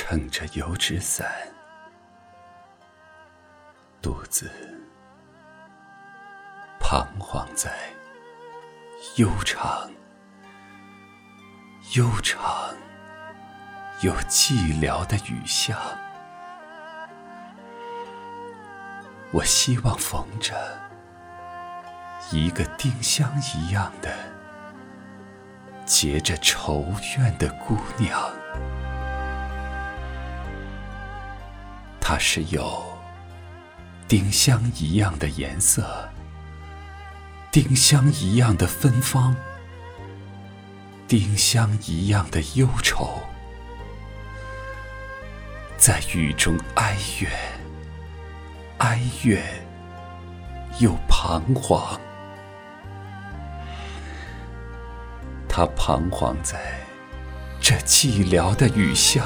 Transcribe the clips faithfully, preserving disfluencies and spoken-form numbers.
撑着油纸伞，独自彷徨在悠长悠长又寂寥的雨巷。我希望逢着一个丁香一样的结着愁怨的姑娘，她是有丁香一样的颜色，丁香一样的芬芳，丁香一样的忧愁，在雨中哀怨，哀怨又彷徨。他彷徨在这寂寥的雨巷，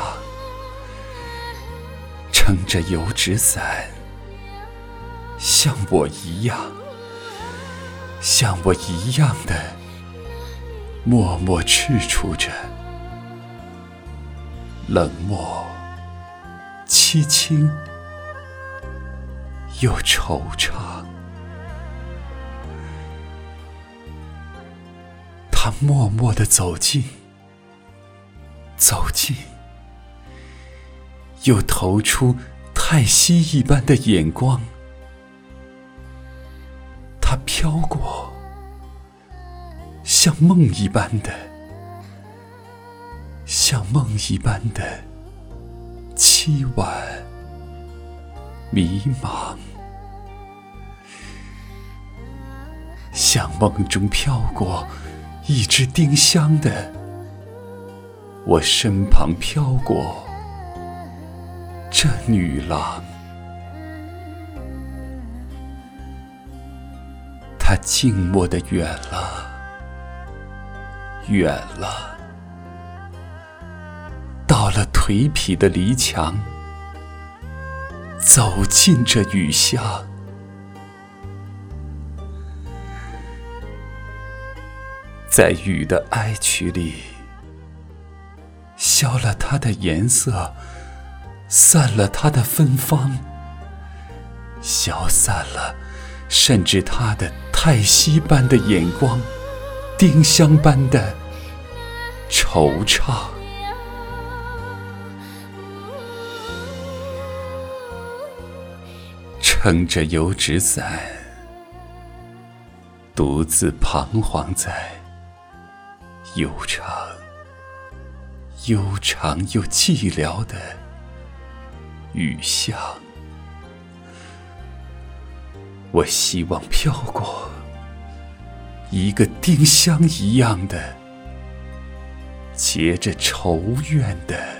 撑着油纸伞，像我一样，像我一样的默默踟蹰着，冷漠凄清又惆怅。他默默地走近，走近，又投出叹息一般的眼光。他飘过，像梦一般的，像梦一般的凄婉迷茫，像梦中飘过一只丁香的，我身旁飘过这女郎。她静默地远了，远了，到了颓圮的篱墙，走进这雨巷。在雨的哀曲里，消了它的颜色，散了它的芬芳，消散了甚至它的叹息般的眼光，丁香般的惆怅。撑着油纸伞，独自彷徨在悠长悠长又寂寥的雨巷。我希望飘过一个丁香一样的结着愁怨的